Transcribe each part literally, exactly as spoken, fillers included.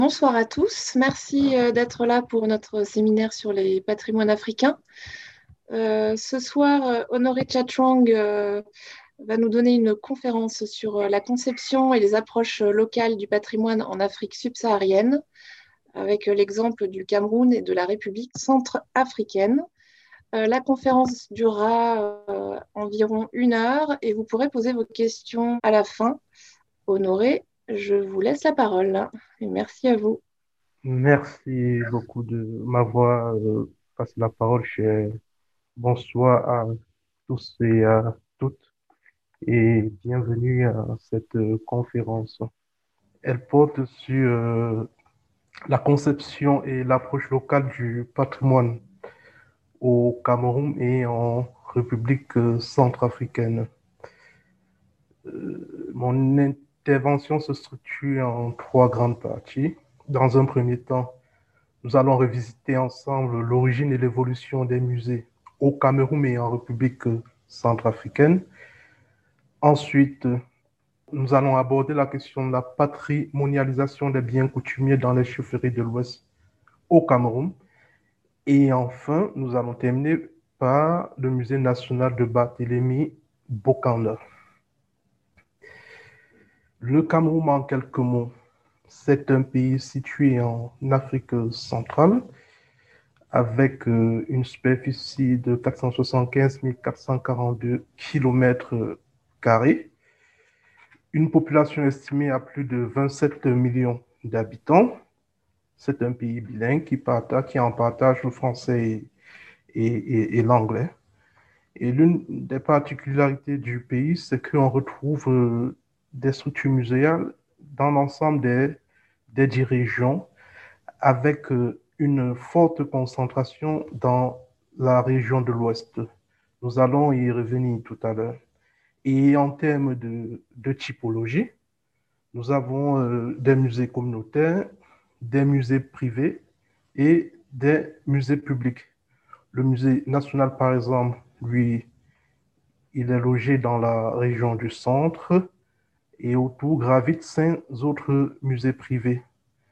Bonsoir à tous. Merci euh, d'être là pour notre séminaire sur les patrimoines africains. Euh, ce soir, euh, Honoré Chatrang euh, va nous donner une conférence sur euh, la conception et les approches euh, locales du patrimoine en Afrique subsaharienne, avec euh, l'exemple du Cameroun et de la République centrafricaine. Euh, la conférence durera euh, environ une heure et vous pourrez poser vos questions à la fin. Honoré, je vous laisse la parole et merci à vous. Merci beaucoup de m'avoir euh, passé la parole, cher. Bonsoir à tous et à toutes et bienvenue à cette euh, conférence. Elle porte sur euh, la conception et l'approche locale du patrimoine au Cameroun et en République euh, centrafricaine. Euh, mon intervention se structure en trois grandes parties. Dans un premier temps, nous allons revisiter ensemble l'origine et l'évolution des musées au Cameroun et en République centrafricaine. Ensuite, nous allons aborder la question de la patrimonialisation des biens coutumiers dans les chefferies de l'Ouest au Cameroun. Et enfin, nous allons terminer par le musée national de Barthélemy Bokanda. Le Cameroun, en quelques mots, c'est un pays situé en Afrique centrale avec euh, une superficie de quatre cent soixante-quinze mille quatre cent quarante-deux kilomètres carrés, une population estimée à plus de vingt-sept millions d'habitants. C'est un pays bilingue qui, partage, qui en partage le français et, et, et, et l'anglais. Et l'une des particularités du pays, c'est qu'on retrouve euh, des structures muséales dans l'ensemble des, des dix régions avec euh, une forte concentration dans la région de l'Ouest. Nous allons y revenir tout à l'heure. Et en termes de, de typologie, nous avons euh, des musées communautaires, des musées privés et des musées publics. Le musée national, par exemple, lui, il est logé dans la région du centre et autour gravitent cinq autres musées privés.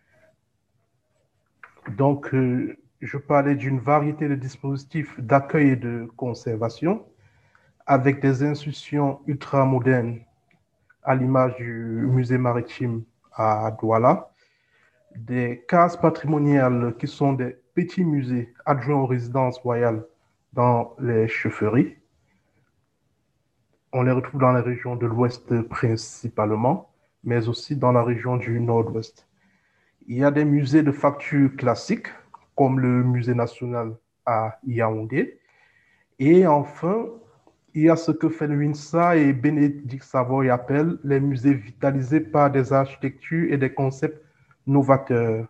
Donc, euh, je parlais d'une variété de dispositifs d'accueil et de conservation avec des institutions ultramodernes à l'image du musée maritime à Douala, des cases patrimoniales qui sont des petits musées adjoints aux résidences royales dans les chefferies. On les retrouve dans les régions de l'Ouest principalement, mais aussi dans la région du Nord-Ouest. Il y a des musées de facture classiques, comme le musée national à Yaoundé. Et enfin, il y a ce que Felwinsa et Bénédicte Savoy appellent les musées vitalisés par des architectures et des concepts novateurs.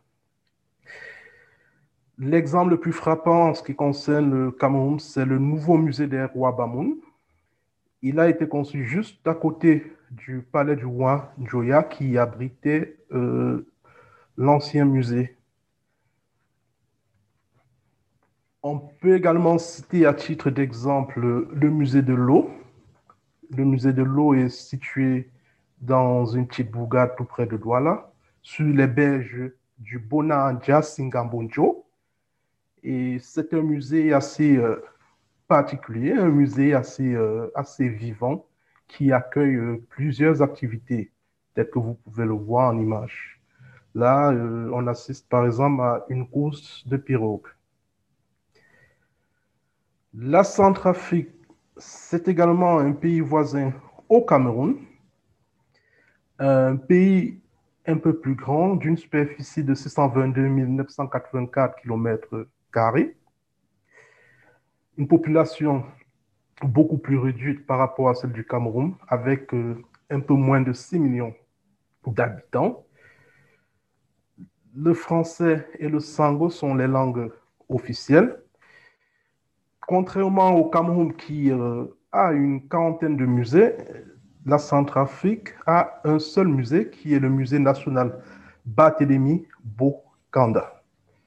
L'exemple le plus frappant en ce qui concerne le Cameroun, c'est le nouveau musée des rois Bamoun. Il a été conçu juste à côté du palais du roi Njoya qui abritait euh, l'ancien musée. On peut également citer à titre d'exemple le musée de l'eau. Le musée de l'eau est situé dans une petite bourgade tout près de Douala, sur les berges du Bonandia Singambonjo. Et c'est un musée assez euh, particulier, un musée assez, euh, assez vivant qui accueille euh, plusieurs activités, telles que vous pouvez le voir en image. Là, euh, on assiste par exemple à une course de pirogue. La Centrafrique, c'est également un pays voisin au Cameroun, un pays un peu plus grand, d'une superficie de six cent vingt-deux mille neuf cent quatre-vingt-quatre kilomètres carrés, une population beaucoup plus réduite par rapport à celle du Cameroun, avec euh, un peu moins de six millions d'habitants. Le français et le sango sont les langues officielles. Contrairement au Cameroun qui euh, a une quarantaine de musées, la Centrafrique a un seul musée qui est le musée national Barthélemy Bokanda.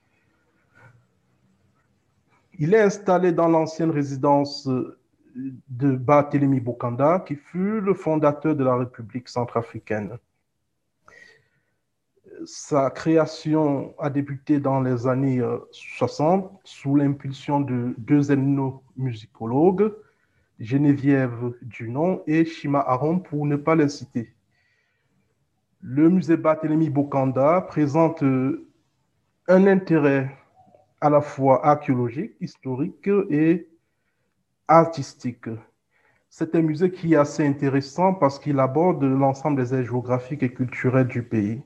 Il est installé dans l'ancienne résidence de Barthélemy qui fut le fondateur de la République centrafricaine. Sa création a débuté dans les années euh, soixante sous l'impulsion de deux ethnomusicologues, Geneviève Dunon et Shima Aron, pour ne pas les citer. Le musée Barthélemy Bokanda présente euh, un intérêt à la fois archéologique, historique et artistique. C'est un musée qui est assez intéressant parce qu'il aborde l'ensemble des aires géographiques et culturelles du pays.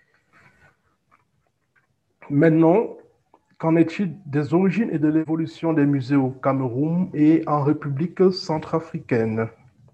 Maintenant, qu'en est-il des origines et de l'évolution des musées au Cameroun et en République centrafricaine?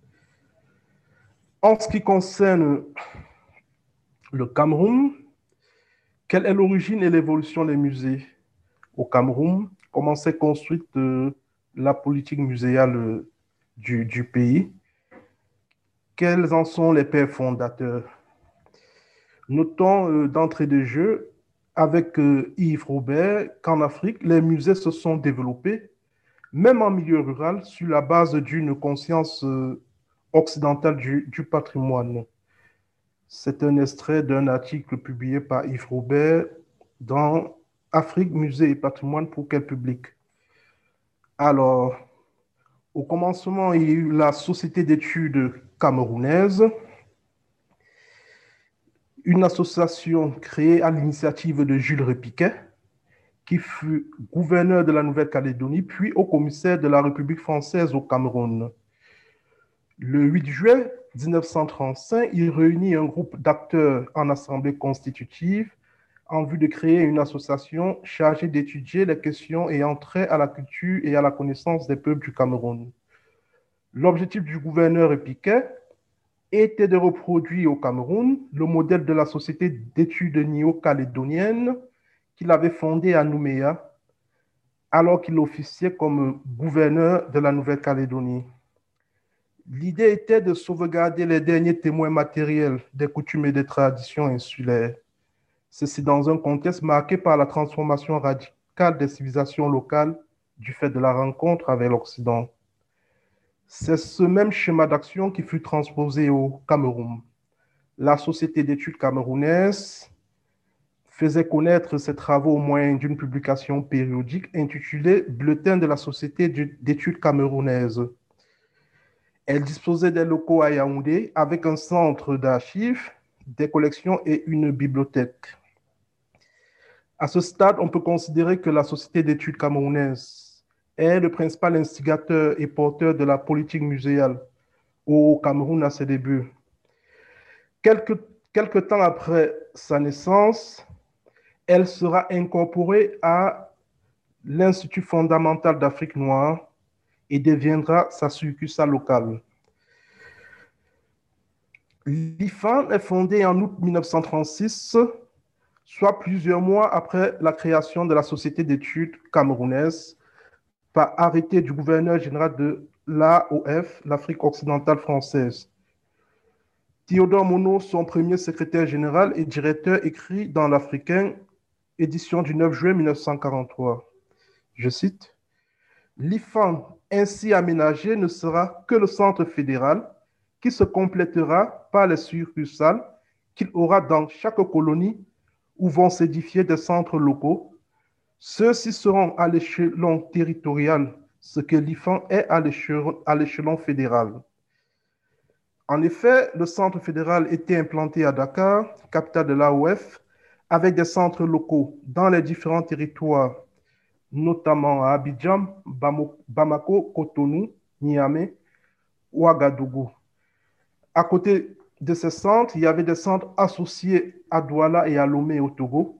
En ce qui concerne le Cameroun, quelle est l'origine et l'évolution des musées au Cameroun? Comment s'est construite euh, la politique muséale euh, du, du pays? Quels en sont les pères fondateurs? Notons euh, d'entrée de jeu avec euh, Yves Robert qu'en Afrique, les musées se sont développés, même en milieu rural, sur la base d'une conscience euh, occidentale du, du patrimoine. C'est un extrait d'un article publié par Yves Robert dans Afrique, musée et patrimoine, pour quel public? Alors, au commencement, il y a eu la Société d'études camerounaise, une association créée à l'initiative de Jules Repiquet, qui fut gouverneur de la Nouvelle-Calédonie, puis haut commissaire de la République française au Cameroun. Le huit juin mille neuf cent trente-cinq, il réunit un groupe d'acteurs en assemblée constitutive en vue de créer une association chargée d'étudier les questions ayant trait à la culture et à la connaissance des peuples du Cameroun. L'objectif du gouverneur Repiquet était de reproduire au Cameroun le modèle de la société d'études néo-calédonienne qu'il avait fondée à Nouméa, alors qu'il officiait comme gouverneur de la Nouvelle-Calédonie. L'idée était de sauvegarder les derniers témoins matériels des coutumes et des traditions insulaires. Ceci dans un contexte marqué par la transformation radicale des civilisations locales du fait de la rencontre avec l'Occident. C'est ce même schéma d'action qui fut transposé au Cameroun. La Société d'études camerounaise faisait connaître ses travaux au moyen d'une publication périodique intitulée Bulletin de la Société d'études camerounaise. Elle disposait des locaux à Yaoundé avec un centre d'archives, des collections et une bibliothèque. À ce stade, on peut considérer que la Société d'études camerounaise est le principal instigateur et porteur de la politique muséale au Cameroun à ses débuts. Quelque, quelque temps après sa naissance, elle sera incorporée à l'Institut fondamental d'Afrique noire et deviendra sa succursale locale. L'I F A N est fondée en août mille neuf cent trente-six, soit plusieurs mois après la création de la Société d'études camerounaise, par arrêté du gouverneur général de l'A O F, l'Afrique occidentale française. Théodore Monod, son premier secrétaire général et directeur, écrit dans l'Africain, édition du neuf juin mille neuf cent quarante-trois. Je cite, « L'I F A N ainsi aménagé ne sera que le centre fédéral qui se complétera par les succursales qu'il aura dans chaque colonie où vont s'édifier des centres locaux. Ceux-ci seront à l'échelon territorial, ce que l'I F A N est à l'échelon fédéral. » En effet, le centre fédéral était implanté à Dakar, capitale de l'A O F, avec des centres locaux dans les différents territoires, notamment à Abidjan, Bamako, Cotonou, Niamey, Ouagadougou. À côté de ces centres, il y avait des centres associés à Douala et à Lomé au Togo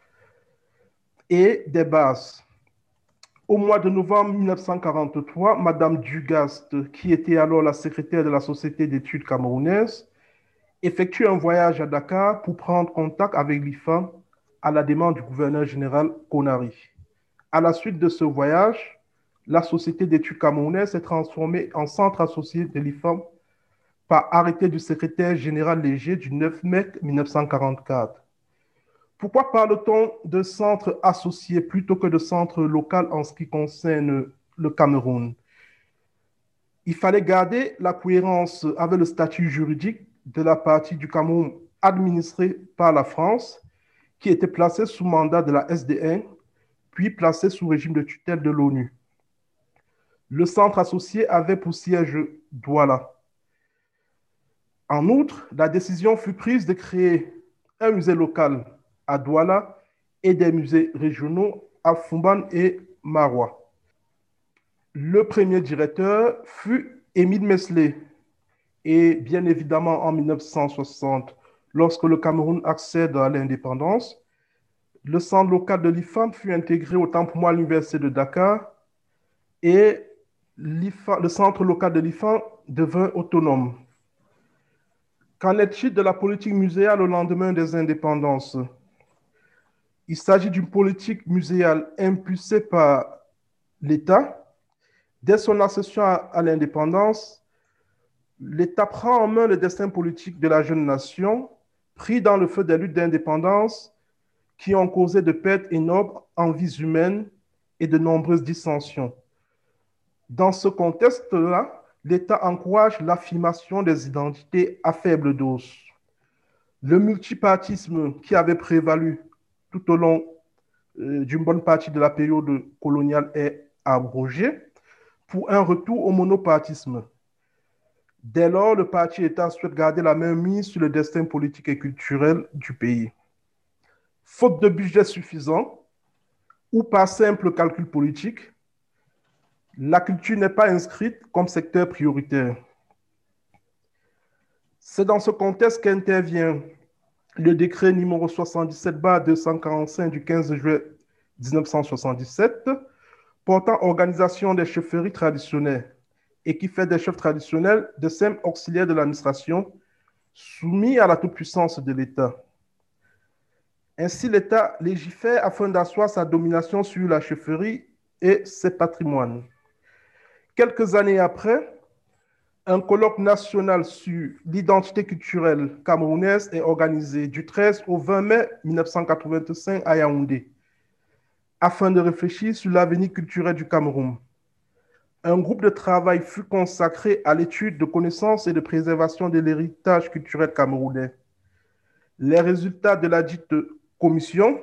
et des bases. Au mois de novembre mille neuf cent quarante-trois, Madame Dugast, qui était alors la secrétaire de la Société d'études camerounaise, effectue un voyage à Dakar pour prendre contact avec l'I F A N à la demande du gouverneur général Konari. À la suite de ce voyage, la Société d'études camerounaise s'est transformée en centre associé de l'I F A N par arrêté du secrétaire général léger du neuf mai mille neuf cent quarante-quatre. Pourquoi parle-t-on de centre associé plutôt que de centre local en ce qui concerne le Cameroun? Il fallait garder la cohérence avec le statut juridique de la partie du Cameroun administrée par la France qui était placé sous mandat de la S D N, puis placé sous régime de tutelle de l'ONU. Le centre associé avait pour siège Douala. En outre, la décision fut prise de créer un musée local à Douala et des musées régionaux à Foumban et Maroua. Le premier directeur fut Émile Meslay. Et bien évidemment, en mille neuf cent soixante, lorsque le Cameroun accède à l'indépendance, le centre local de l'I F A M fut intégré autant pour moi à l'Université de Dakar et l'I F A, le centre local de l'I F A M devint autonome. Qu'en est-il de la politique muséale au lendemain des indépendances? Il s'agit d'une politique muséale impulsée par l'État. Dès son accession à, à l'indépendance, l'État prend en main le destin politique de la jeune nation, pris dans le feu des luttes d'indépendance qui ont causé de pertes énormes en vies humaines et de nombreuses dissensions. Dans ce contexte-là, l'État encourage l'affirmation des identités à faible dose. Le multipartisme qui avait prévalu tout au long euh, d'une bonne partie de la période coloniale est abrogé pour un retour au monopartisme. Dès lors, le parti-État souhaite garder la main mise sur le destin politique et culturel du pays. Faute de budget suffisant ou par simple calcul politique, la culture n'est pas inscrite comme secteur prioritaire. C'est dans ce contexte qu'intervient le décret numéro soixante-dix-sept deux cent quarante-cinq du quinze juillet mille neuf cent soixante-dix-sept portant organisation des chefferies traditionnelles et qui fait des chefs traditionnels de simples auxiliaires de l'administration soumis à la toute-puissance de l'État. Ainsi, l'État légifère afin d'asseoir sa domination sur la chefferie et ses patrimoines. Quelques années après, un colloque national sur l'identité culturelle camerounaise est organisé du treize au vingt mai mille neuf cent quatre-vingt-cinq à Yaoundé, afin de réfléchir sur l'avenir culturel du Cameroun. Un groupe de travail fut consacré à l'étude de connaissances et de préservation de l'héritage culturel camerounais. Les résultats de la dite commission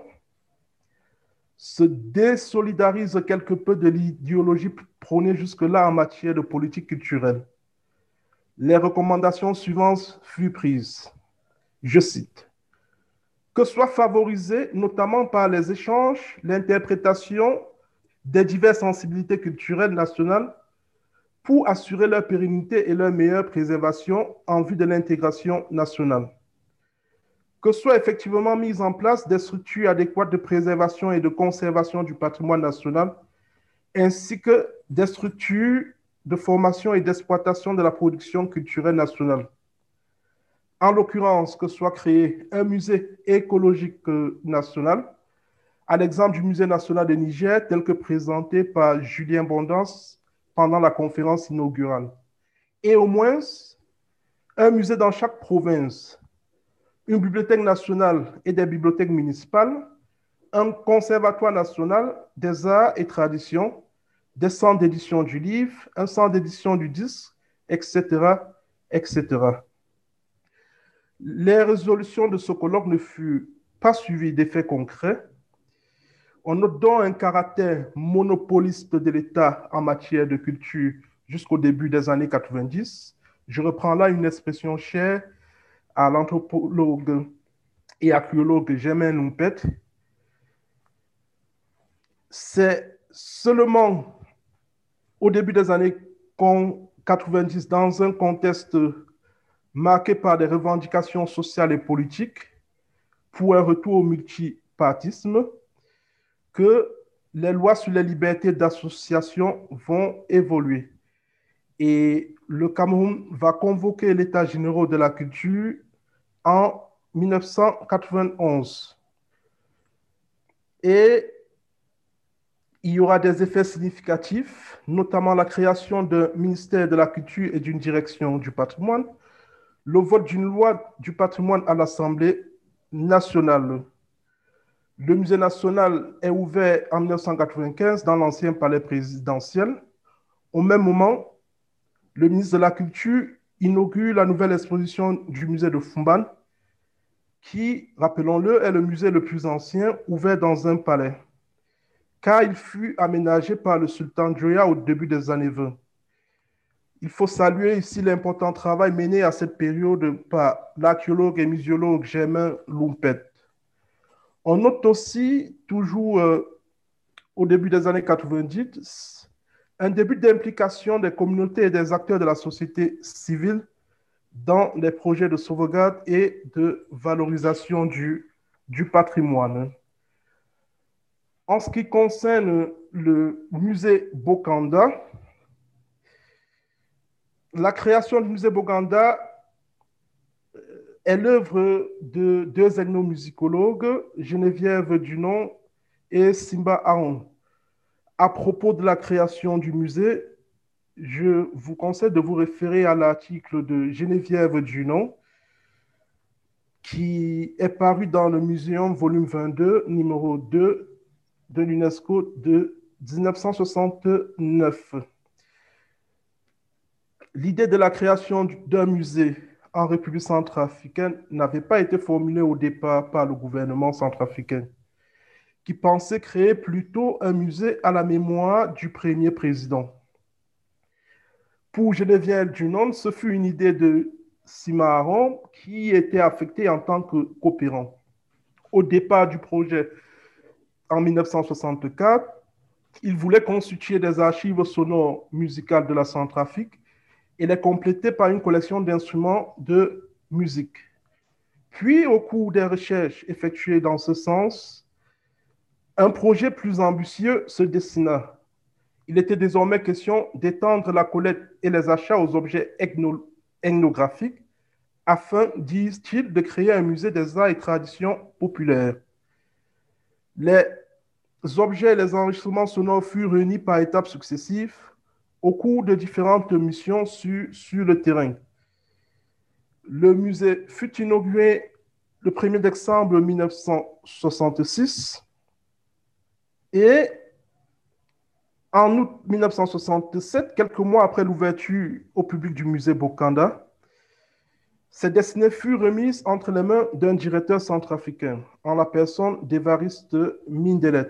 se désolidarisent quelque peu de l'idéologie prônée jusque-là en matière de politique culturelle. Les recommandations suivantes furent prises. Je cite. Que soit favorisé, notamment par les échanges, l'interprétation des diverses sensibilités culturelles nationales pour assurer leur pérennité et leur meilleure préservation en vue de l'intégration nationale. Que soient effectivement mises en place des structures adéquates de préservation et de conservation du patrimoine national, ainsi que des structures de formation et d'exploitation de la production culturelle nationale. En l'occurrence, que soit créé un musée écologique national, à l'exemple du Musée national de Niger, tel que présenté par Julien Bondance pendant la conférence inaugurale. Et au moins, un musée dans chaque province, une bibliothèque nationale et des bibliothèques municipales, un conservatoire national des arts et traditions, des centres d'édition du livre, un centre d'édition du disque, et cetera, et cetera. Les résolutions de ce colloque ne furent pas suivies d'effets concrets. On note donc un caractère monopoliste de l'État en matière de culture jusqu'au début des années quatre-vingt-dix. Je reprends là une expression chère à l'anthropologue et archéologue Germain Lumpet. C'est seulement au début des années quatre-vingt-dix, dans un contexte marqué par des revendications sociales et politiques pour un retour au multipartisme, que les lois sur les libertés d'association vont évoluer. Et le Cameroun va convoquer l'État général de la culture en mille neuf cent quatre-vingt-onze. Et il y aura des effets significatifs, notamment la création d'un ministère de la culture et d'une direction du patrimoine, le vote d'une loi du patrimoine à l'Assemblée nationale. Le musée national est ouvert en mille neuf cent quatre-vingt-quinze dans l'ancien palais présidentiel. Au même moment, le ministre de la Culture inaugure la nouvelle exposition du musée de Foumban qui, rappelons-le, est le musée le plus ancien ouvert dans un palais, car il fut aménagé par le sultan Joya au début des années vingt. Il faut saluer ici l'important travail mené à cette période par l'archéologue et muséologue Germain Lumpet. On note aussi, toujours euh, au début des années quatre-vingt-dix, un début d'implication des communautés et des acteurs de la société civile dans les projets de sauvegarde et de valorisation du, du patrimoine. En ce qui concerne le musée Bokanda, la création du musée Bokanda est l'œuvre de deux ethnomusicologues, Geneviève Dunon et Simba Aon. À propos de la création du musée, je vous conseille de vous référer à l'article de Geneviève Dunon, qui est paru dans le Muséum, volume vingt-deux, numéro deux de l'UNESCO de mille neuf cent soixante-neuf. L'idée de la création d'un musée en République centrafricaine n'avait pas été formulée au départ par le gouvernement centrafricain, qui pensait créer plutôt un musée à la mémoire du premier président. Pour Geneviève Dunon, ce fut une idée de Sima Aron qui était affecté en tant que coopérant. Au départ du projet, en mille neuf cent soixante-quatre, il voulait constituer des archives sonores musicales de la Centrafrique et les compléter par une collection d'instruments de musique. Puis, au cours des recherches effectuées dans ce sens, un projet plus ambitieux se dessina. Il était désormais question d'étendre la collecte et les achats aux objets ethnographiques afin, disent-ils, de créer un musée des arts et traditions populaires. Les objets et les enregistrements sonores furent réunis par étapes successives au cours de différentes missions sur, sur le terrain. Le musée fut inauguré le premier décembre mille neuf cent soixante-six et en août mille neuf cent soixante-sept, quelques mois après l'ouverture au public du musée Bokanda, ces destinées furent remises entre les mains d'un directeur centrafricain, en la personne d'Évariste Mindelet.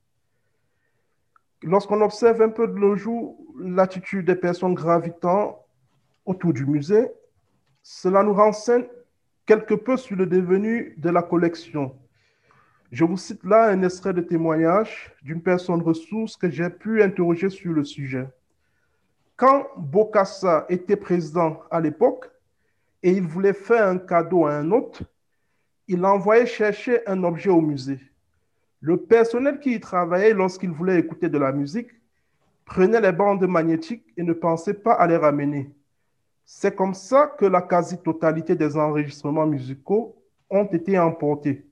Lorsqu'on observe un peu de nos jours l'attitude des personnes gravitant autour du musée, cela nous renseigne quelque peu sur le devenu de la collection. Je vous cite là un extrait de témoignage d'une personne ressource que j'ai pu interroger sur le sujet. Quand Bokassa était président à l'époque et il voulait faire un cadeau à un hôte, il envoyait chercher un objet au musée. Le personnel qui y travaillait lorsqu'il voulait écouter de la musique prenait les bandes magnétiques et ne pensait pas à les ramener. C'est comme ça que la quasi-totalité des enregistrements musicaux ont été emportés.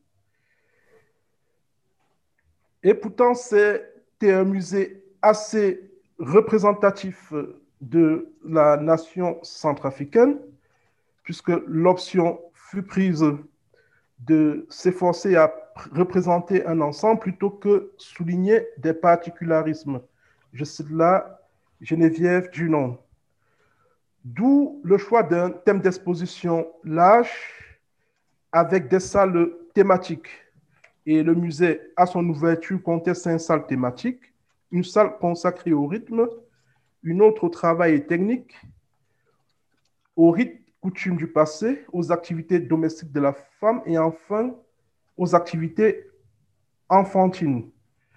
Et pourtant, c'était un musée assez représentatif de la nation centrafricaine, puisque l'option fut prise de s'efforcer à représenter un ensemble plutôt que souligner des particularismes. Je cite là Geneviève Dunon. D'où le choix d'un thème d'exposition large avec des salles thématiques. Et le musée, à son ouverture, comptait cinq salles thématiques, une salle consacrée au rythme, une autre au travail et technique, aux rites, coutumes du passé, aux activités domestiques de la femme et enfin aux activités enfantines.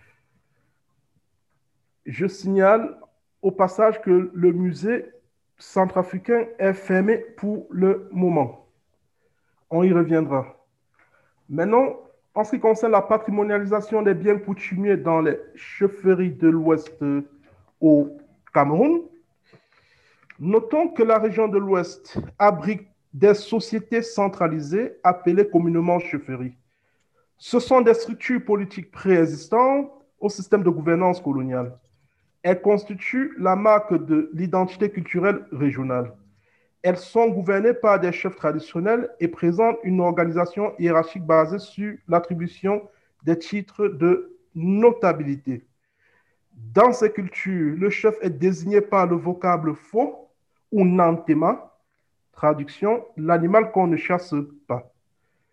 Je signale au passage que le musée centrafricain est fermé pour le moment. On y reviendra. Maintenant, en ce qui concerne la patrimonialisation des biens coutumiers dans les chefferies de l'Ouest au Cameroun, notons que la région de l'Ouest abrite des sociétés centralisées appelées communément chefferies. Ce sont des structures politiques préexistantes au système de gouvernance coloniale. Elles constituent la marque de l'identité culturelle régionale. Elles sont gouvernées par des chefs traditionnels et présentent une organisation hiérarchique basée sur l'attribution des titres de notabilité. Dans ces cultures, le chef est désigné par le vocable faux ou nantema, traduction, l'animal qu'on ne chasse pas.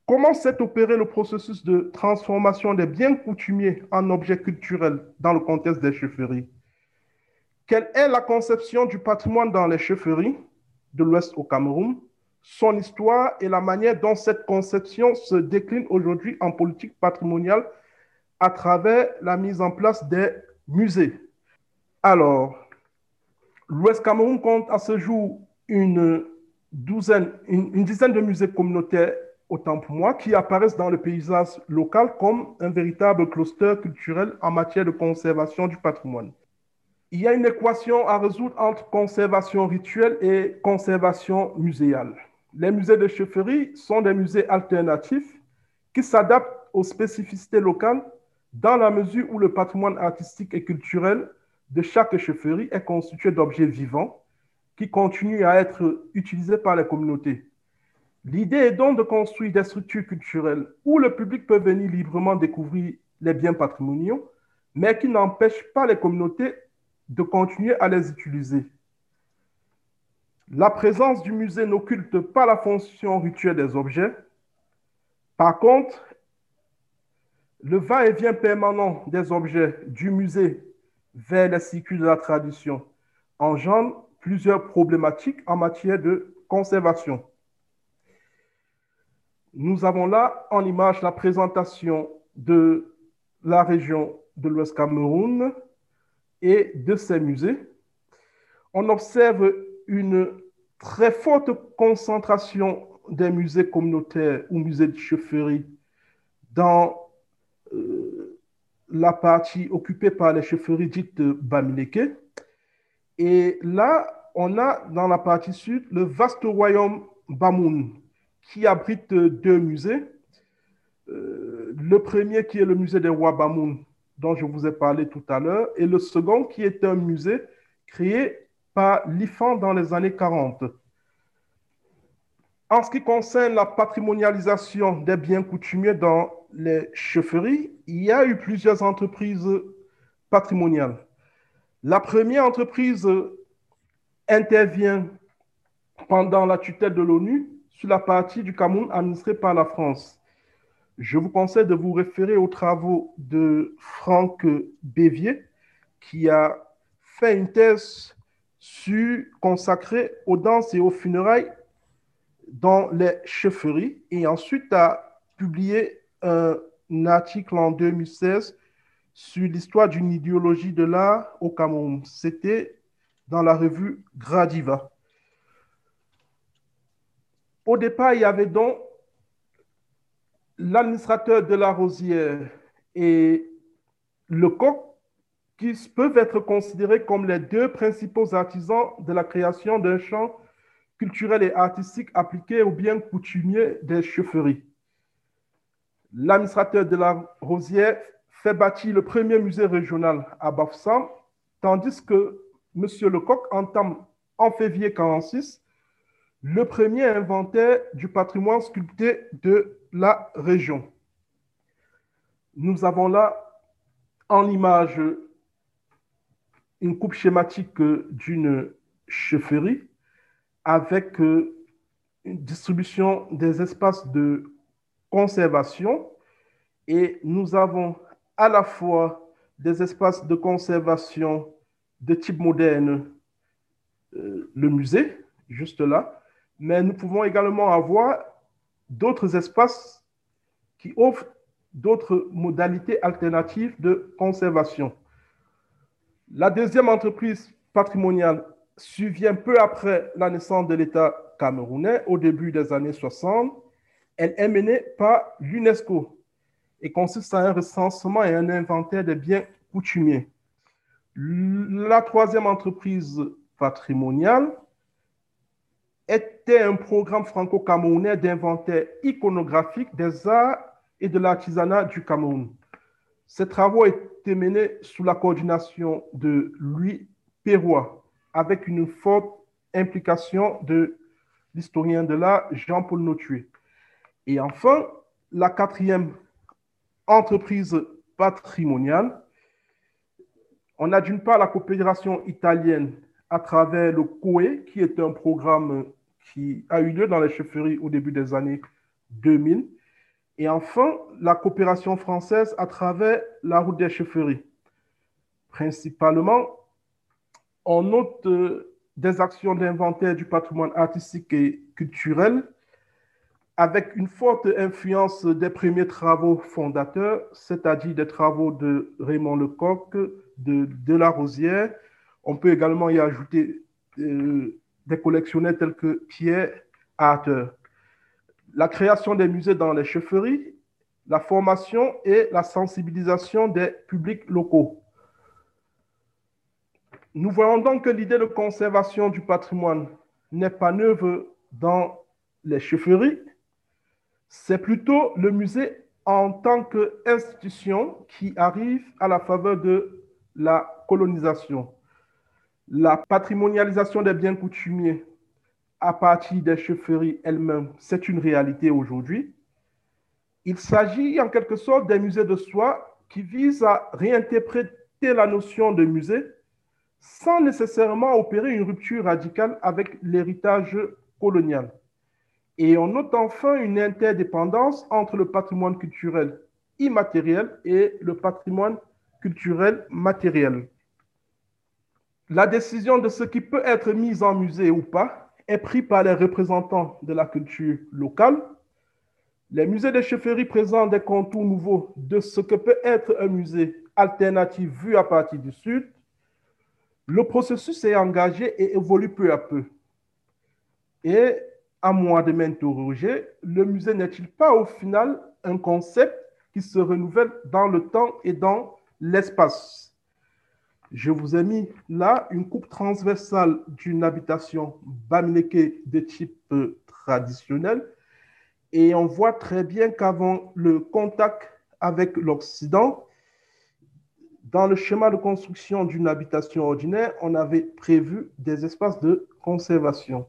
Comment s'est opéré le processus de transformation des biens coutumiers en objets culturels dans le contexte des chefferies? Quelle est la conception du patrimoine dans les chefferies de l'Ouest au Cameroun, son histoire et la manière dont cette conception se décline aujourd'hui en politique patrimoniale à travers la mise en place des musées? Alors, l'Ouest Cameroun compte à ce jour une douzaine, une, une dizaine de musées communautaires, autant pour moi, qui apparaissent dans le paysage local comme un véritable cluster culturel en matière de conservation du patrimoine. Il y a une équation à résoudre entre conservation rituelle et conservation muséale. Les musées de chefferie sont des musées alternatifs qui s'adaptent aux spécificités locales dans la mesure où le patrimoine artistique et culturel de chaque chefferie est constitué d'objets vivants qui continuent à être utilisés par les communautés. L'idée est donc de construire des structures culturelles où le public peut venir librement découvrir les biens patrimoniaux, mais qui n'empêchent pas les communautés de continuer à les utiliser. La présence du musée n'occulte pas la fonction rituelle des objets. Par contre, le va-et-vient permanent des objets du musée vers les circuits de la tradition engendre plusieurs problématiques en matière de conservation. Nous avons là en image la présentation de la région de l'Ouest Cameroun et de ses musées. On observe une très forte concentration des musées communautaires ou musées de chefferie dans euh, la partie occupée par les chefferies dites de Bamileke. Et là, on a dans la partie sud le vaste royaume Bamoun, qui abrite deux musées. Euh, le premier qui est le musée des rois Bamoun, dont je vous ai parlé tout à l'heure, et le second qui est un musée créé par l'I F A N dans les années quarante. En ce qui concerne la patrimonialisation des biens coutumiers dans les chefferies, il y a eu plusieurs entreprises patrimoniales. La première entreprise intervient pendant la tutelle de l'ONU sur la partie du Cameroun administrée par la France. Je vous conseille de vous référer aux travaux de Franck Bévier, qui a fait une thèse sur, consacrée aux danses et aux funérailles dans les chefferies, et ensuite a publié un article en deux mille seize sur l'histoire d'une idéologie de l'art au Cameroun. C'était dans la revue Gradiva. Au départ, il y avait donc l'administrateur de la Rosière et le coq qui peuvent être considérés comme les deux principaux artisans de la création d'un champ culturel et artistique appliqué aux biens coutumiers des chefferies. L'administrateur de la Rosière fait bâtir le premier musée régional à Bafoussam, tandis que M. Lecoq entame en février mille neuf cent quarante-six le premier inventaire du patrimoine sculpté de la région. Nous avons là en image une coupe schématique d'une chefferie avec une distribution des espaces de conservation, et nous avons à la fois des espaces de conservation de type moderne, euh, le musée, juste là, mais nous pouvons également avoir d'autres espaces qui offrent d'autres modalités alternatives de conservation. La deuxième entreprise patrimoniale survient peu après la naissance de l'État camerounais, au début des années soixante. Elle est menée par l'UNESCO et consiste à un recensement et un inventaire des biens coutumiers. La troisième entreprise patrimoniale était un programme franco-camerounais d'inventaire iconographique des arts et de l'artisanat du Cameroun. Ces travaux étaient menés sous la coordination de Louis Perrois, avec une forte implication de l'historien de l'art Jean-Paul Notué. Et enfin, la quatrième entreprise patrimoniale, on a d'une part la coopération italienne à travers le C O E, qui est un programme qui a eu lieu dans les chefferies au début des années deux mille, Et enfin, la coopération française à travers la route des chefferies. Principalement, on note euh, des actions d'inventaire du patrimoine artistique et culturel avec une forte influence des premiers travaux fondateurs, c'est-à-dire des travaux de Raymond Lecoq, de Delarosière. On peut également y ajouter euh, des collectionneurs tels que Pierre Arthur. La création des musées dans les chefferies, la formation et la sensibilisation des publics locaux. Nous voyons donc que l'idée de conservation du patrimoine n'est pas neuve dans les chefferies, c'est plutôt le musée en tant qu'institution qui arrive à la faveur de la colonisation. La patrimonialisation des biens coutumiers à partir des chefferies elles-mêmes, c'est une réalité aujourd'hui. Il s'agit en quelque sorte des musées de soi qui visent à réinterpréter la notion de musée sans nécessairement opérer une rupture radicale avec l'héritage colonial. Et on note enfin une interdépendance entre le patrimoine culturel immatériel et le patrimoine culturel matériel. La décision de ce qui peut être mis en musée ou pas est prise par les représentants de la culture locale. Les musées de chefferies présentent des contours nouveaux de ce que peut être un musée alternatif vu à partir du Sud. Le processus est engagé et évolue peu à peu. Et à moi de m'interroger, le musée n'est-il pas au final un concept qui se renouvelle dans le temps et dans l'espace? Je vous ai mis là une coupe transversale d'une habitation bamileke de type traditionnel et on voit très bien qu'avant le contact avec l'Occident, dans le schéma de construction d'une habitation ordinaire, on avait prévu des espaces de conservation.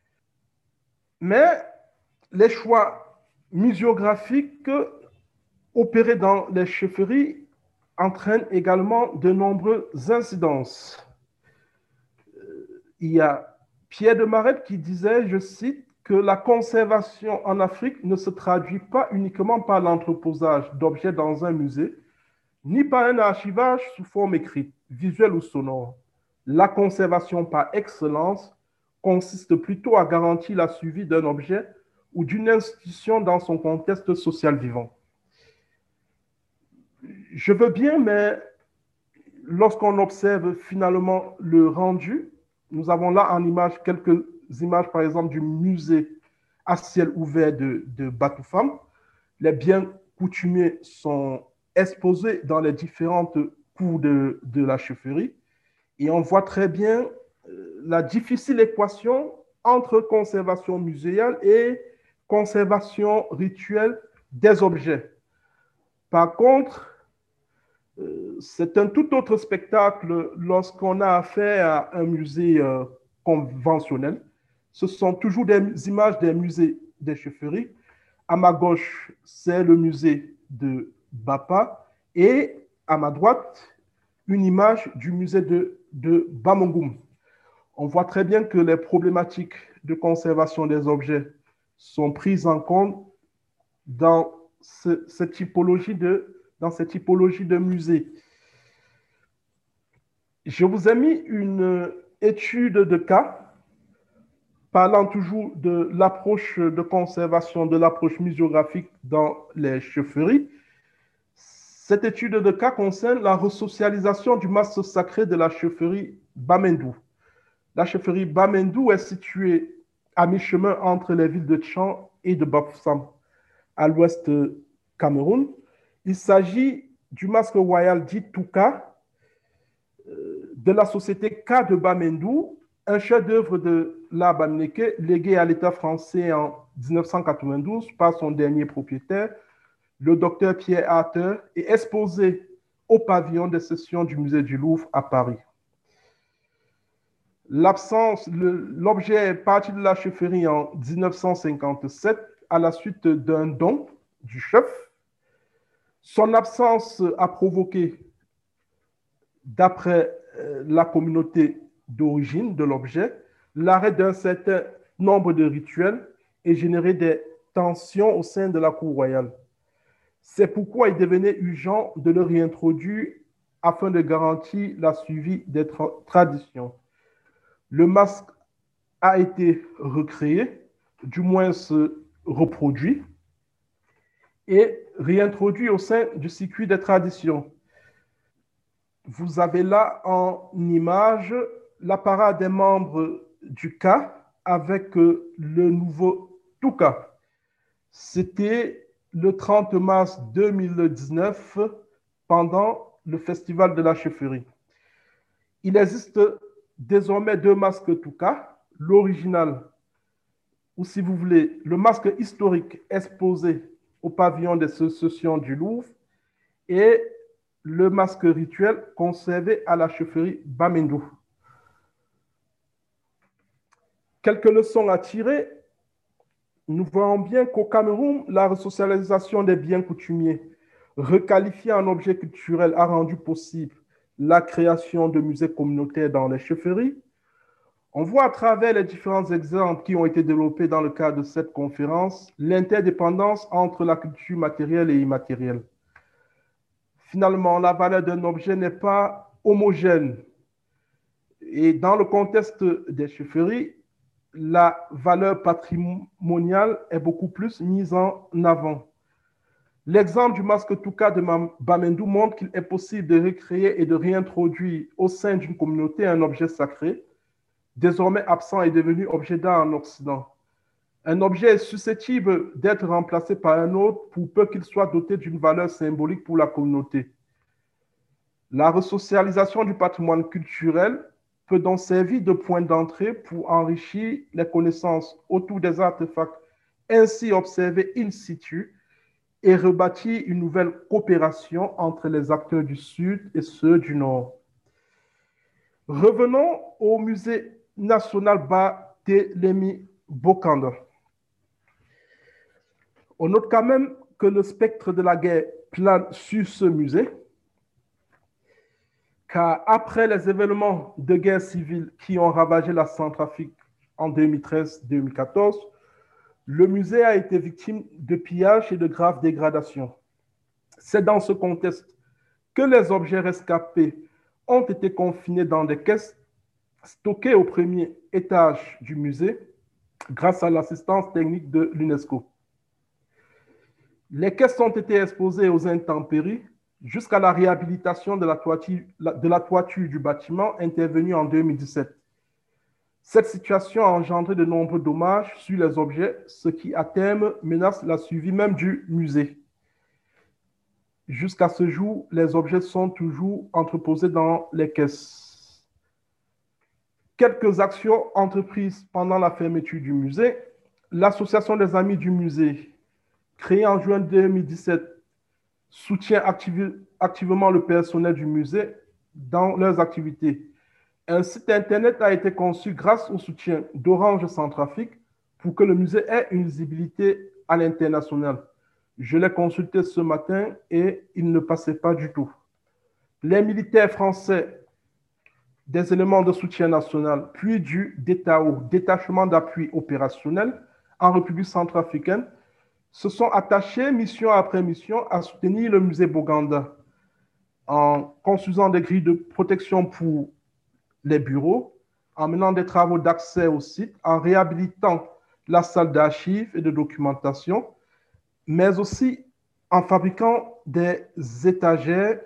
Mais les choix muséographiques opérés dans les chefferies entraînent également de nombreuses incidences. Il y a Pierre de Marette qui disait, je cite, que la conservation en Afrique ne se traduit pas uniquement par l'entreposage d'objets dans un musée, ni par un archivage sous forme écrite, visuelle ou sonore. La conservation par excellence consiste plutôt à garantir la survie d'un objet ou d'une institution dans son contexte social vivant. Je veux bien, mais lorsqu'on observe finalement le rendu, nous avons là en image quelques images, par exemple, du musée à ciel ouvert de, de Batoufam. Les biens coutumiers sont exposés dans les différentes cours de, de la chefferie et on voit très bien la difficile équation entre conservation muséale et conservation rituelle des objets. Par contre, c'est un tout autre spectacle lorsqu'on a affaire à un musée euh, conventionnel. Ce sont toujours des images des musées des chefferies. À ma gauche, c'est le musée de Bapa et à ma droite, une image du musée de, de Bamongum. On voit très bien que les problématiques de conservation des objets sont prises en compte dans ce, cette typologie de, dans cette typologie de musée. Je vous ai mis une étude de cas parlant toujours de l'approche de conservation, de l'approche muséographique dans les chefferies. Cette étude de cas concerne la resocialisation du masque sacré de la chefferie Bamendou. La chefferie Bamendou est située à mi-chemin entre les villes de Tchan et de Bafoussam, à l'ouest Cameroun. Il s'agit du masque royal dit Touka, de la société K de Bamendou, un chef-d'œuvre de l'art bamileke légué à l'État français en dix-neuf cent quatre-vingt-douze par son dernier propriétaire, le docteur Pierre Arthur, et exposé au pavillon des sessions du musée du Louvre à Paris. L'absence, l'objet est parti de la chefferie en dix-neuf cent cinquante-sept à la suite d'un don du chef. Son absence a provoqué, d'après la communauté d'origine de l'objet, l'arrêt d'un certain nombre de rituels et généré des tensions au sein de la cour royale. C'est pourquoi il devenait urgent de le réintroduire afin de garantir la suivi des tra- traditions. Le masque a été recréé, du moins se reproduit, et réintroduit au sein du circuit des traditions. Vous avez là en image l'apparat des membres du K avec euh, le nouveau Touka. C'était le trente mars deux mille dix-neuf pendant le festival de la chefferie. Il existe désormais deux masques Touka, l'original, ou si vous voulez, le masque historique exposé au pavillon des associations du Louvre et le masque rituel conservé à la chefferie Bamendou. Quelques leçons à tirer. Nous voyons bien qu'au Cameroun, la resocialisation des biens coutumiers, requalifiés en objets culturels, a rendu possible la création de musées communautaires dans les chefferies. On voit à travers les différents exemples qui ont été développés dans le cadre de cette conférence l'interdépendance entre la culture matérielle et immatérielle. Finalement, la valeur d'un objet n'est pas homogène. Et dans le contexte des chefferies, la valeur patrimoniale est beaucoup plus mise en avant. L'exemple du masque Touka de Bamendou montre qu'il est possible de recréer et de réintroduire au sein d'une communauté un objet sacré, désormais absent et devenu objet d'art en Occident. Un objet est susceptible d'être remplacé par un autre pour peu qu'il soit doté d'une valeur symbolique pour la communauté. La resocialisation du patrimoine culturel peut donc servir de point d'entrée pour enrichir les connaissances autour des artefacts ainsi observés in situ et rebâtir une nouvelle coopération entre les acteurs du Sud et ceux du Nord. Revenons au musée national Barthélemy Bokanda. On note quand même que le spectre de la guerre plane sur ce musée, car après les événements de guerre civile qui ont ravagé la Centrafrique en deux mille treize deux mille quatorze, le musée a été victime de pillages et de graves dégradations. C'est dans ce contexte que les objets rescapés ont été confinés dans des caisses stockées au premier étage du musée grâce à l'assistance technique de l'UNESCO. Les caisses ont été exposées aux intempéries jusqu'à la réhabilitation de la, toiture, de la toiture du bâtiment intervenue en deux mille dix-sept. Cette situation a engendré de nombreux dommages sur les objets, ce qui à terme menace la survie même du musée. Jusqu'à ce jour, les objets sont toujours entreposés dans les caisses. Quelques actions entreprises pendant la fermeture du musée. L'Association des Amis du musée, créée en juin deux mille dix-sept, soutient active, activement le personnel du musée dans leurs activités. Un site Internet a été conçu grâce au soutien d'Orange Centrafrique pour que le musée ait une visibilité à l'international. Je l'ai consulté ce matin et il ne passait pas du tout. Les militaires français, des éléments de soutien national, puis du D E T A O, détachement d'appui opérationnel en République centrafricaine, se sont attachés, mission après mission, à soutenir le musée Bokanda en construisant des grilles de protection pour les bureaux, en menant des travaux d'accès au site, en réhabilitant la salle d'archives et de documentation, mais aussi en fabriquant des étagères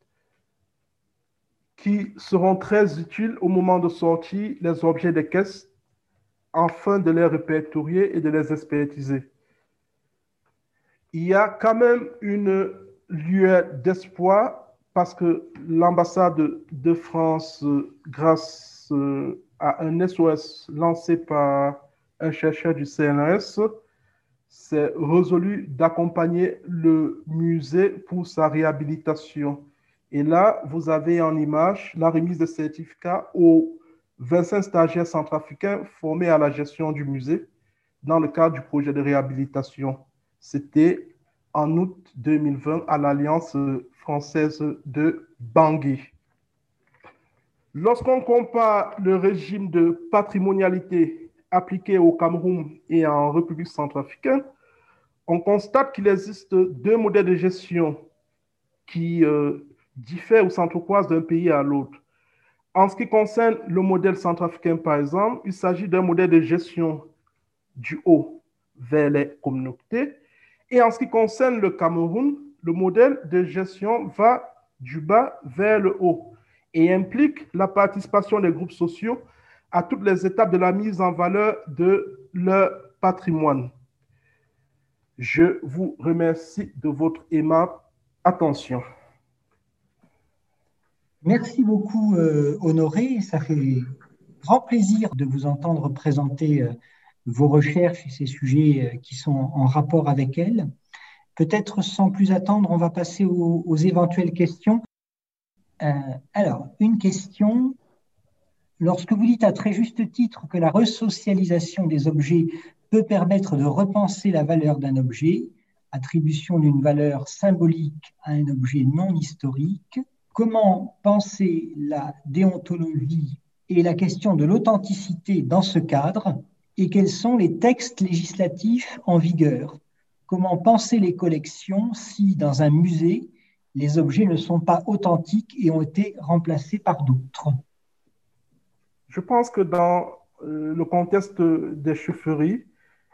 qui seront très utiles au moment de sortir les objets des caisses afin de les répertorier et de les expertiser. Il y a quand même une lueur d'espoir parce que l'ambassade de France, grâce à un S O S lancé par un chercheur du C N R S, s'est résolu d'accompagner le musée pour sa réhabilitation. Et là, vous avez en image la remise de certificats aux vingt-cinq stagiaires centrafricains formés à la gestion du musée dans le cadre du projet de réhabilitation. C'était en août deux mille vingt à l'Alliance française de Bangui. Lorsqu'on compare le régime de patrimonialité appliqué au Cameroun et en République centrafricaine, on constate qu'il existe deux modèles de gestion qui euh, diffèrent ou s'entrecroisent d'un pays à l'autre. En ce qui concerne le modèle centrafricain, par exemple, il s'agit d'un modèle de gestion du haut vers les communautés. Et en ce qui concerne le Cameroun, le modèle de gestion va du bas vers le haut et implique la participation des groupes sociaux à toutes les étapes de la mise en valeur de leur patrimoine. Je vous remercie de votre aimable attention. Merci beaucoup, euh, Honoré. Ça fait grand plaisir de vous entendre présenter euh, vos recherches et ces sujets euh, qui sont en rapport avec elles. Peut-être sans plus attendre, on va passer aux, aux éventuelles questions. Euh, alors, une question. Lorsque vous dites à très juste titre que la resocialisation des objets peut permettre de repenser la valeur d'un objet, attribution d'une valeur symbolique à un objet non historique, comment penser la déontologie et la question de l'authenticité dans ce cadre et quels sont les textes législatifs en vigueur? Comment penser les collections si, dans un musée, les objets ne sont pas authentiques et ont été remplacés par d'autres? Je pense que dans euh, le contexte des chefferies,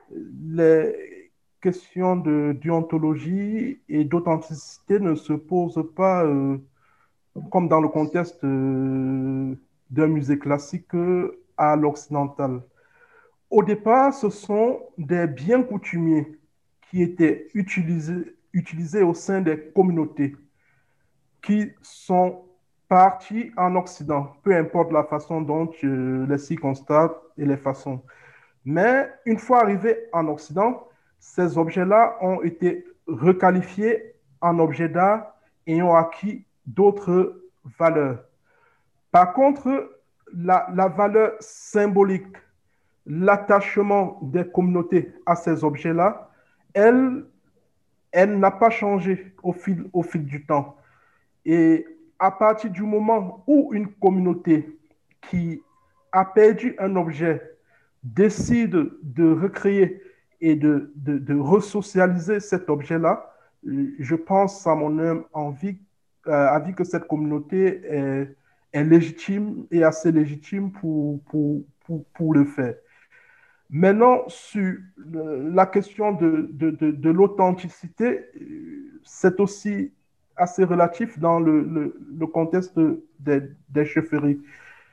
les questions de déontologie et d'authenticité ne se posent pas euh, comme dans le contexte euh, d'un musée classique euh, à l'occidental. Au départ, ce sont des biens coutumiers qui étaient utilisés, utilisés au sein des communautés qui sont partis en Occident, peu importe la façon dont euh, les circonstances et les façons. Mais une fois arrivés en Occident, ces objets-là ont été requalifiés en objets d'art et ont acquis d'autres valeurs. Par contre, la, la valeur symbolique, l'attachement des communautés à ces objets-là, elle, elle n'a pas changé au fil, au fil du temps. Et à partir du moment où une communauté qui a perdu un objet décide de recréer et de, de, de resocialiser cet objet-là, je pense à mon humble envie, euh, avis que cette communauté est, est légitime et assez légitime pour, pour, pour, pour le faire. Maintenant, sur la question de, de, de, de l'authenticité, c'est aussi assez relatif dans le, le, le contexte des, des chefferies.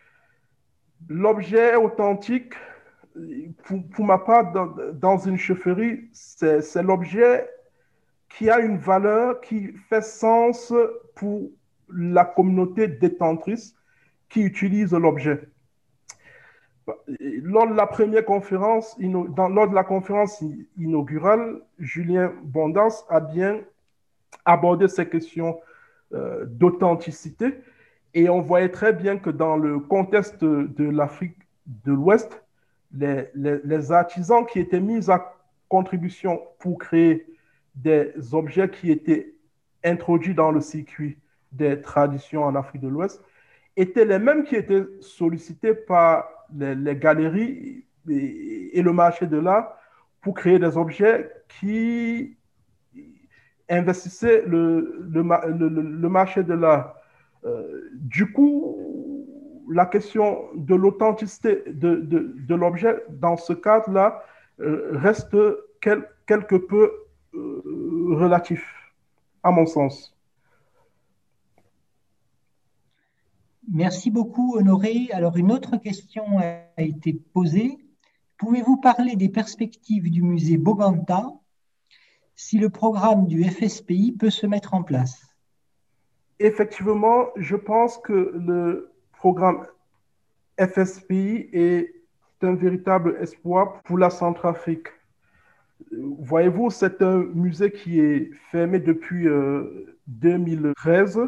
L'objet authentique, pour, pour ma part, dans, dans une chefferie, c'est, c'est l'objet qui a une valeur qui fait sens pour la communauté détentrice qui utilise l'objet. Lors de la première conférence, dans, lors de la conférence inaugurale, Julien Bondas a bien abordé ces questions euh, d'authenticité et on voyait très bien que dans le contexte de l'Afrique de l'Ouest, les, les, les artisans qui étaient mis à contribution pour créer des objets qui étaient introduits dans le circuit des traditions en Afrique de l'Ouest étaient les mêmes qui étaient sollicités par les, les galeries et, et le marché de l'art pour créer des objets qui investissaient le, le, le, le marché de l'art. Euh, du coup, la question de l'authenticité de, de, de l'objet dans ce cadre-là euh, reste quel, quelque peu euh, relatif, à mon sens. Merci beaucoup, Honoré. Alors, une autre question a été posée. Pouvez-vous parler des perspectives du musée Boganta si le programme du F S P I peut se mettre en place? Effectivement, je pense que le programme F S P I est un véritable espoir pour la Centrafrique. Voyez-vous, c'est un musée qui est fermé depuis euh, deux mille treize.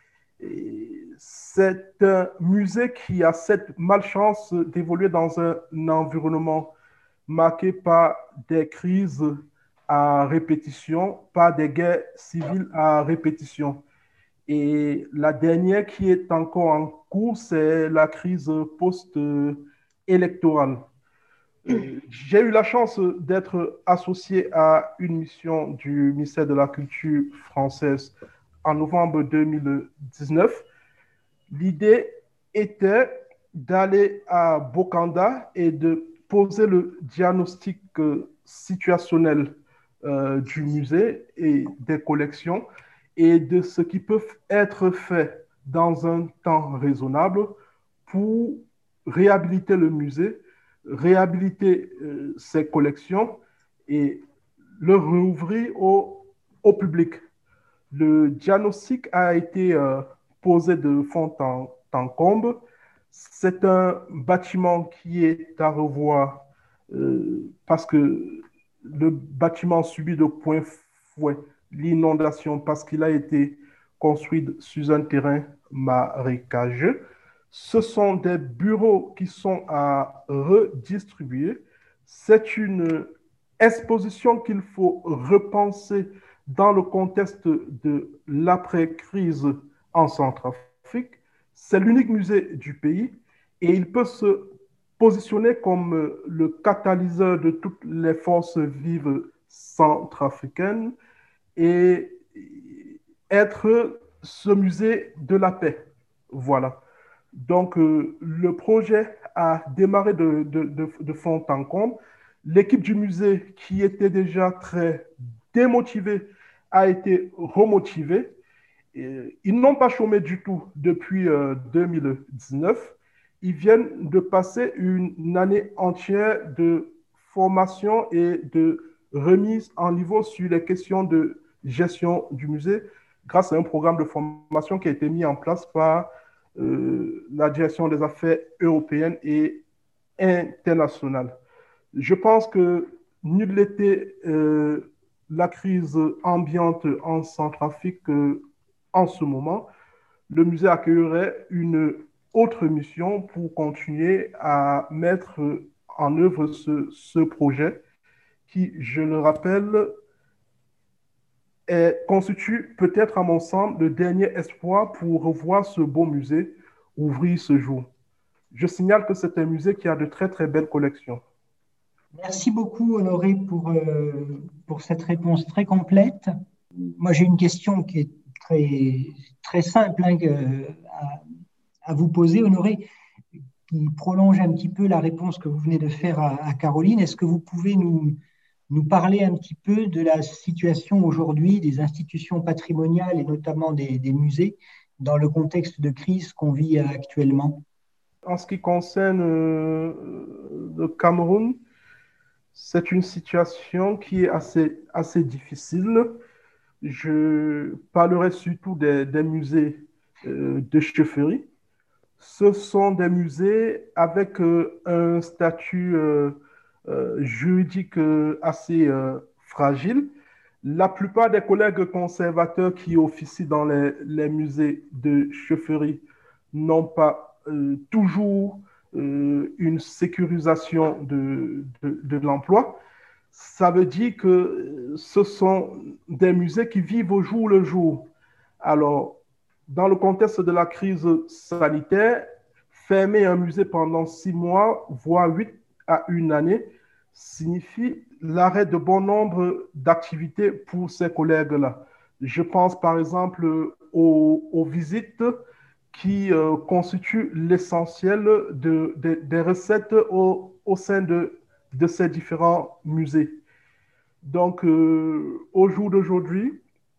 C'est un musée qui a cette malchance d'évoluer dans un environnement marqué par des crises à répétition, par des guerres civiles à répétition. Et la dernière qui est encore en cours, c'est la crise post-électorale. Euh, j'ai eu la chance d'être associé à une mission du ministère de la Culture française en novembre deux mille dix-neuf. L'idée était d'aller à Bokanda et de poser le diagnostic euh, situationnel euh, du musée et des collections et de ce qui peut être fait dans un temps raisonnable pour réhabiliter le musée, réhabiliter euh, ses collections et le rouvrir au, au public. Le diagnostic a été euh, posé de fond en, en comble. C'est un bâtiment qui est à revoir euh, parce que le bâtiment subit de plein fouet l'inondation parce qu'il a été construit sur un terrain marécageux. Ce sont des bureaux qui sont à redistribuer. C'est une exposition qu'il faut repenser dans le contexte de l'après-crise en Centrafrique. C'est l'unique musée du pays et il peut se positionner comme le catalyseur de toutes les forces vives centrafricaines et être ce musée de la paix. Voilà. Donc, euh, le projet a démarré de, de, de, de fond en comble. L'équipe du musée, qui était déjà très démotivée, a été remotivée. Et ils n'ont pas chômé du tout depuis euh, deux mille dix-neuf. Ils viennent de passer une année entière de formation et de remise en niveau sur les questions de gestion du musée grâce à un programme de formation qui a été mis en place par euh, la direction des affaires européennes et internationales. Je pense que nul n'était euh, la crise ambiante en Centrafrique euh, en ce moment. Le musée accueillerait une autre mission pour continuer à mettre en œuvre ce, ce projet qui, je le rappelle, est, constitue peut-être à mon sens le dernier espoir pour revoir ce beau musée ouvrir ce jour. Je signale que c'est un musée qui a de très très belles collections. Merci beaucoup, Honoré, pour, euh, pour cette réponse très complète. Moi, j'ai une question qui est très, très simple hein, à, à vous poser, Honoré, qui prolonge un petit peu la réponse que vous venez de faire à, à Caroline. Est-ce que vous pouvez nous, nous parler un petit peu de la situation aujourd'hui des institutions patrimoniales et notamment des, des musées dans le contexte de crise qu'on vit actuellement? En ce qui concerne euh, le Cameroun, c'est une situation qui est assez, assez difficile. Je parlerai surtout des, des musées euh, de chefferie. Ce sont des musées avec euh, un statut euh, euh, juridique euh, assez euh, fragile. La plupart des collègues conservateurs qui officient dans les, les musées de chefferie n'ont pas euh, toujours euh, une sécurisation de, de, de l'emploi. Ça veut dire que ce sont des musées qui vivent au jour le jour. Alors, dans le contexte de la crise sanitaire, fermer un musée pendant six mois, voire huit à une année, signifie l'arrêt de bon nombre d'activités pour ces collègues-là. Je pense par exemple aux, aux visites qui euh, constituent l'essentiel de, de, des recettes au, au sein de, de ces différents musées. Donc, euh, au jour d'aujourd'hui,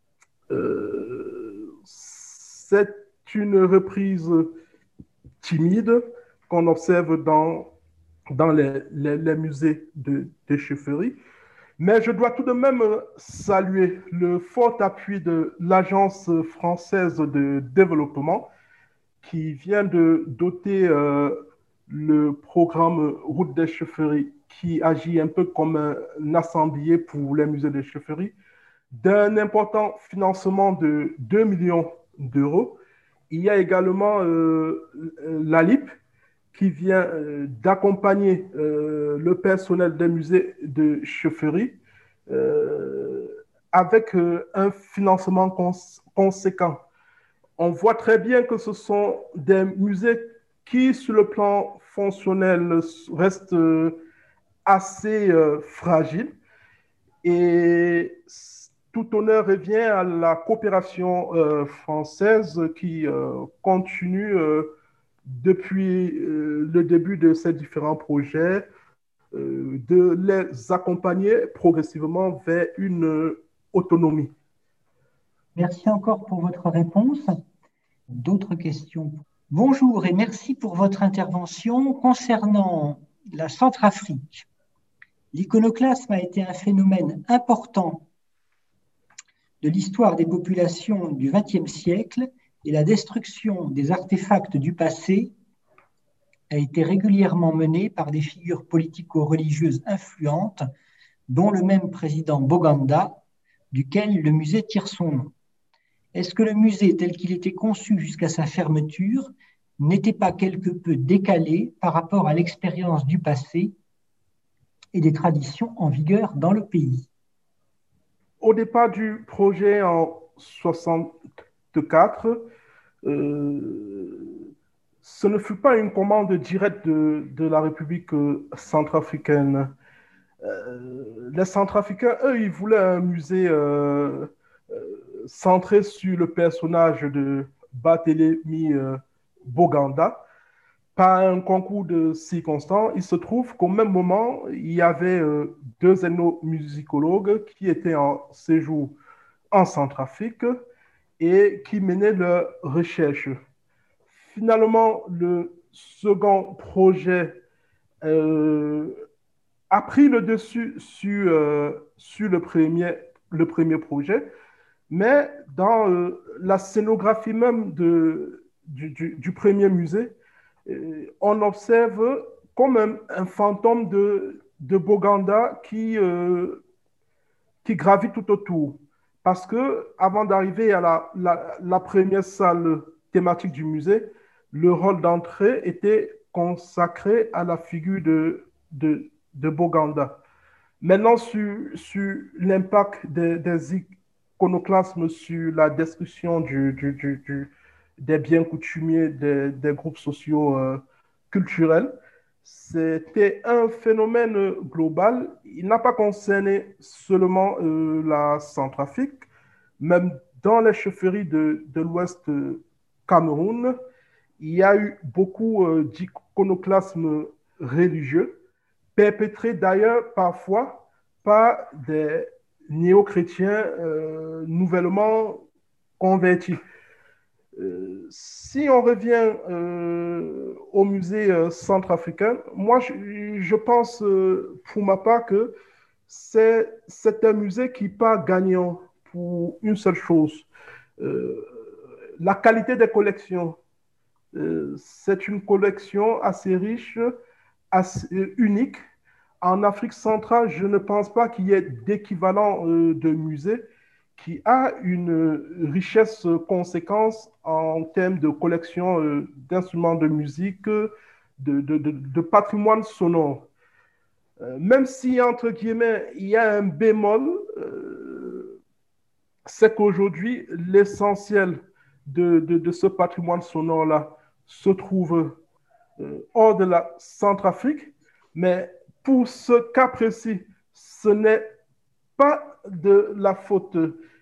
euh, c'est une reprise timide qu'on observe dans, dans les, les, les musées de, de chefferie. Mais je dois tout de même saluer le fort appui de l'Agence française de développement qui vient de doter euh, le programme Route des chefferies, qui agit un peu comme un assemblier pour les musées des chefferies, d'un important financement de deux millions d'euros. Il y a également euh, l'A L I P qui vient euh, d'accompagner euh, le personnel des musées de chefferie euh, avec euh, un financement cons conséquent. On voit très bien que ce sont des musées qui, sur le plan fonctionnel, restent euh, assez euh, fragile. Et tout honneur revient à la coopération euh, française qui euh, continue euh, depuis euh, le début de ces différents projets, euh, de les accompagner progressivement vers une autonomie. Merci encore pour votre réponse. D'autres questions? Bonjour et merci pour votre intervention concernant la Centrafrique. L'iconoclasme a été un phénomène important de l'histoire des populations du vingtième siècle et la destruction des artefacts du passé a été régulièrement menée par des figures politico-religieuses influentes, dont le même président Boganda, duquel le musée tire son nom. Est-ce que le musée, tel qu'il était conçu jusqu'à sa fermeture, n'était pas quelque peu décalé par rapport à l'expérience du passé et des traditions en vigueur dans le pays? Au départ du projet en soixante-quatre, euh, ce ne fut pas une commande directe de, de la République centrafricaine. Euh, les Centrafricains, eux, ils voulaient un musée euh, euh, centré sur le personnage de Barthélemy euh, Boganda. Par un concours de circonstances, il se trouve qu'au même moment, il y avait euh, deux ethnomusicologues qui étaient en séjour en Centrafrique et qui menaient leurs recherches. Finalement, le second projet euh, a pris le dessus sur, euh, sur le, premier, le premier projet, mais dans euh, la scénographie même de, du, du, du premier musée, euh, on observe comme un, un fantôme de, de Boganda qui, euh, qui gravite tout autour. Parce que avant d'arriver à la, la, la première salle thématique du musée, le rôle d'entrée était consacré à la figure de, de, de Boganda. Maintenant, sur, sur l'impact des, des iconoclasmes sur la destruction du, du, du, du, des biens coutumiers des, des groupes sociaux euh, culturels, c'était un phénomène global. Il n'a pas concerné seulement euh, la Centrafrique, même dans les chefferies de, de l'Ouest Cameroun, il y a eu beaucoup euh, d'iconoclasme religieux, perpétré d'ailleurs parfois par des néo-chrétiens euh, nouvellement convertis. Euh, si on revient euh, au musée euh, centrafricain, moi je, je pense euh, pour ma part que c'est, c'est un musée qui part gagnant pour une seule chose, euh, la qualité des collections. Euh, c'est une collection assez riche, assez unique. En Afrique centrale, je ne pense pas qu'il y ait d'équivalent euh, de musée qui a une richesse conséquente en termes de collection euh, d'instruments de musique, de, de, de, de patrimoine sonore. Euh, même si, entre guillemets, il y a un bémol, euh, c'est qu'aujourd'hui, l'essentiel de, de, de ce patrimoine sonore-là se trouve euh, hors de la Centrafrique, mais pour ce cas précis, ce n'est pas de la faute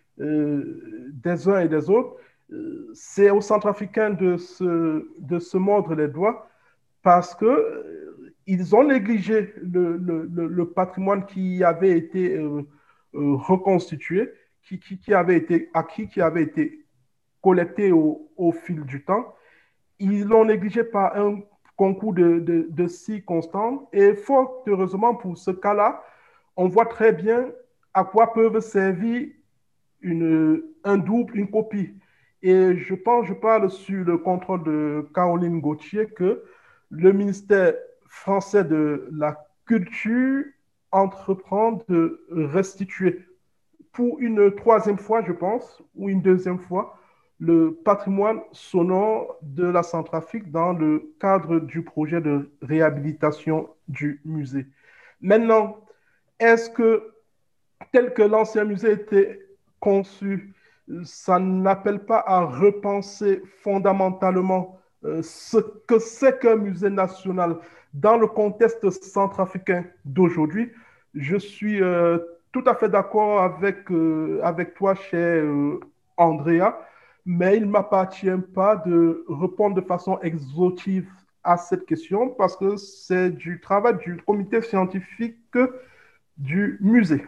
euh, des uns et des autres. Euh, c'est aux Centrafricains de se, de se mordre les doigts parce que euh, ils ont négligé le, le, le, le patrimoine qui avait été euh, euh, reconstitué, qui, qui, qui avait été acquis, qui avait été collecté au, au fil du temps. Ils l'ont négligé par un concours de, de, de circonstances. Et fort heureusement pour ce cas-là, on voit très bien à quoi peuvent servir une, un double, une copie. Et je pense, je parle sur le contrôle de Caroline Gauthier, que le ministère français de la Culture entreprend de restituer pour une troisième fois, je pense, ou une deuxième fois, le patrimoine sonore de la Centrafrique dans le cadre du projet de réhabilitation du musée. Maintenant, est-ce que, tel que l'ancien musée était conçu, ça n'appelle pas à repenser fondamentalement euh, ce que c'est qu'un musée national dans le contexte centrafricain d'aujourd'hui. Je suis euh, tout à fait d'accord avec, euh, avec toi, cher euh, Andrea, mais il ne m'appartient pas de répondre de façon exhaustive à cette question parce que c'est du travail du comité scientifique du musée.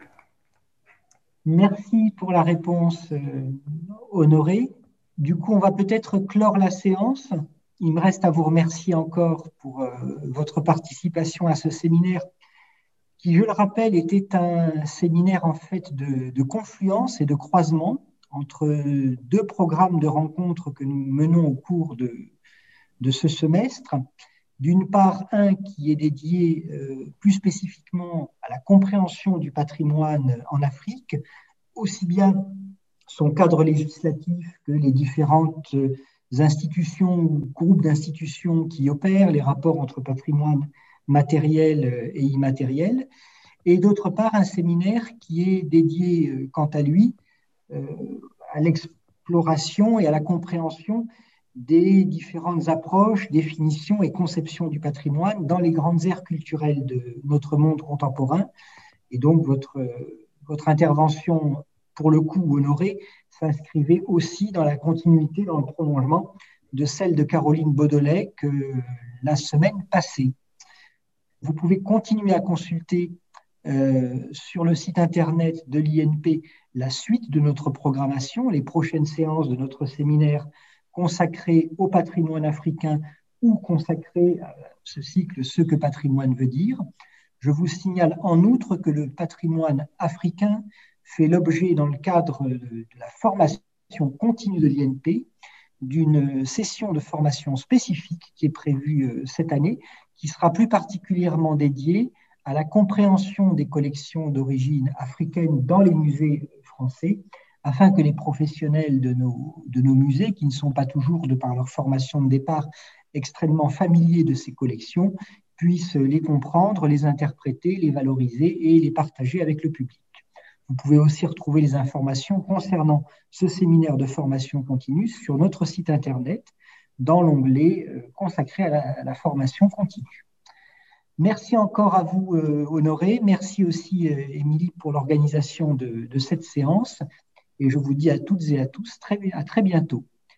Merci pour la réponse, euh, Honoré. Du coup, on va peut-être clore la séance. Il me reste à vous remercier encore pour euh, votre participation à ce séminaire qui, je le rappelle, était un séminaire en fait de, de confluence et de croisement entre deux programmes de rencontres que nous menons au cours de, de ce semestre. D'une part, un qui est dédié euh, plus spécifiquement à la compréhension du patrimoine en Afrique, aussi bien son cadre législatif que les différentes institutions ou groupes d'institutions qui opèrent, les rapports entre patrimoine matériel et immatériel, et d'autre part un séminaire qui est dédié, quant à lui, à l'exploration et à la compréhension des différentes approches, définitions et conceptions du patrimoine dans les grandes aires culturelles de notre monde contemporain. Et donc, votre, votre intervention, pour le coup, Honoré, s'inscrivait aussi dans la continuité, dans le prolongement de celle de Caroline Baudelet que la semaine passée. Vous pouvez continuer à consulter euh, sur le site internet de l'I N P la suite de notre programmation, les prochaines séances de notre séminaire consacré au patrimoine africain ou consacré à ce cycle « Ce que patrimoine veut dire ». Je vous signale en outre que le patrimoine africain fait l'objet, dans le cadre de la formation continue de l'I N P, d'une session de formation spécifique qui est prévue cette année, qui sera plus particulièrement dédiée à la compréhension des collections d'origine africaine dans les musées français, afin que les professionnels de nos, de nos musées, qui ne sont pas toujours, de par leur formation de départ, extrêmement familiers de ces collections, puissent les comprendre, les interpréter, les valoriser et les partager avec le public. Vous pouvez aussi retrouver les informations concernant ce séminaire de formation continue sur notre site internet, dans l'onglet consacré à la, à la formation continue. Merci encore à vous, euh, Honoré. Merci aussi, euh, Émilie, pour l'organisation de, de cette séance. Et je vous dis à toutes et à tous très, à très bientôt.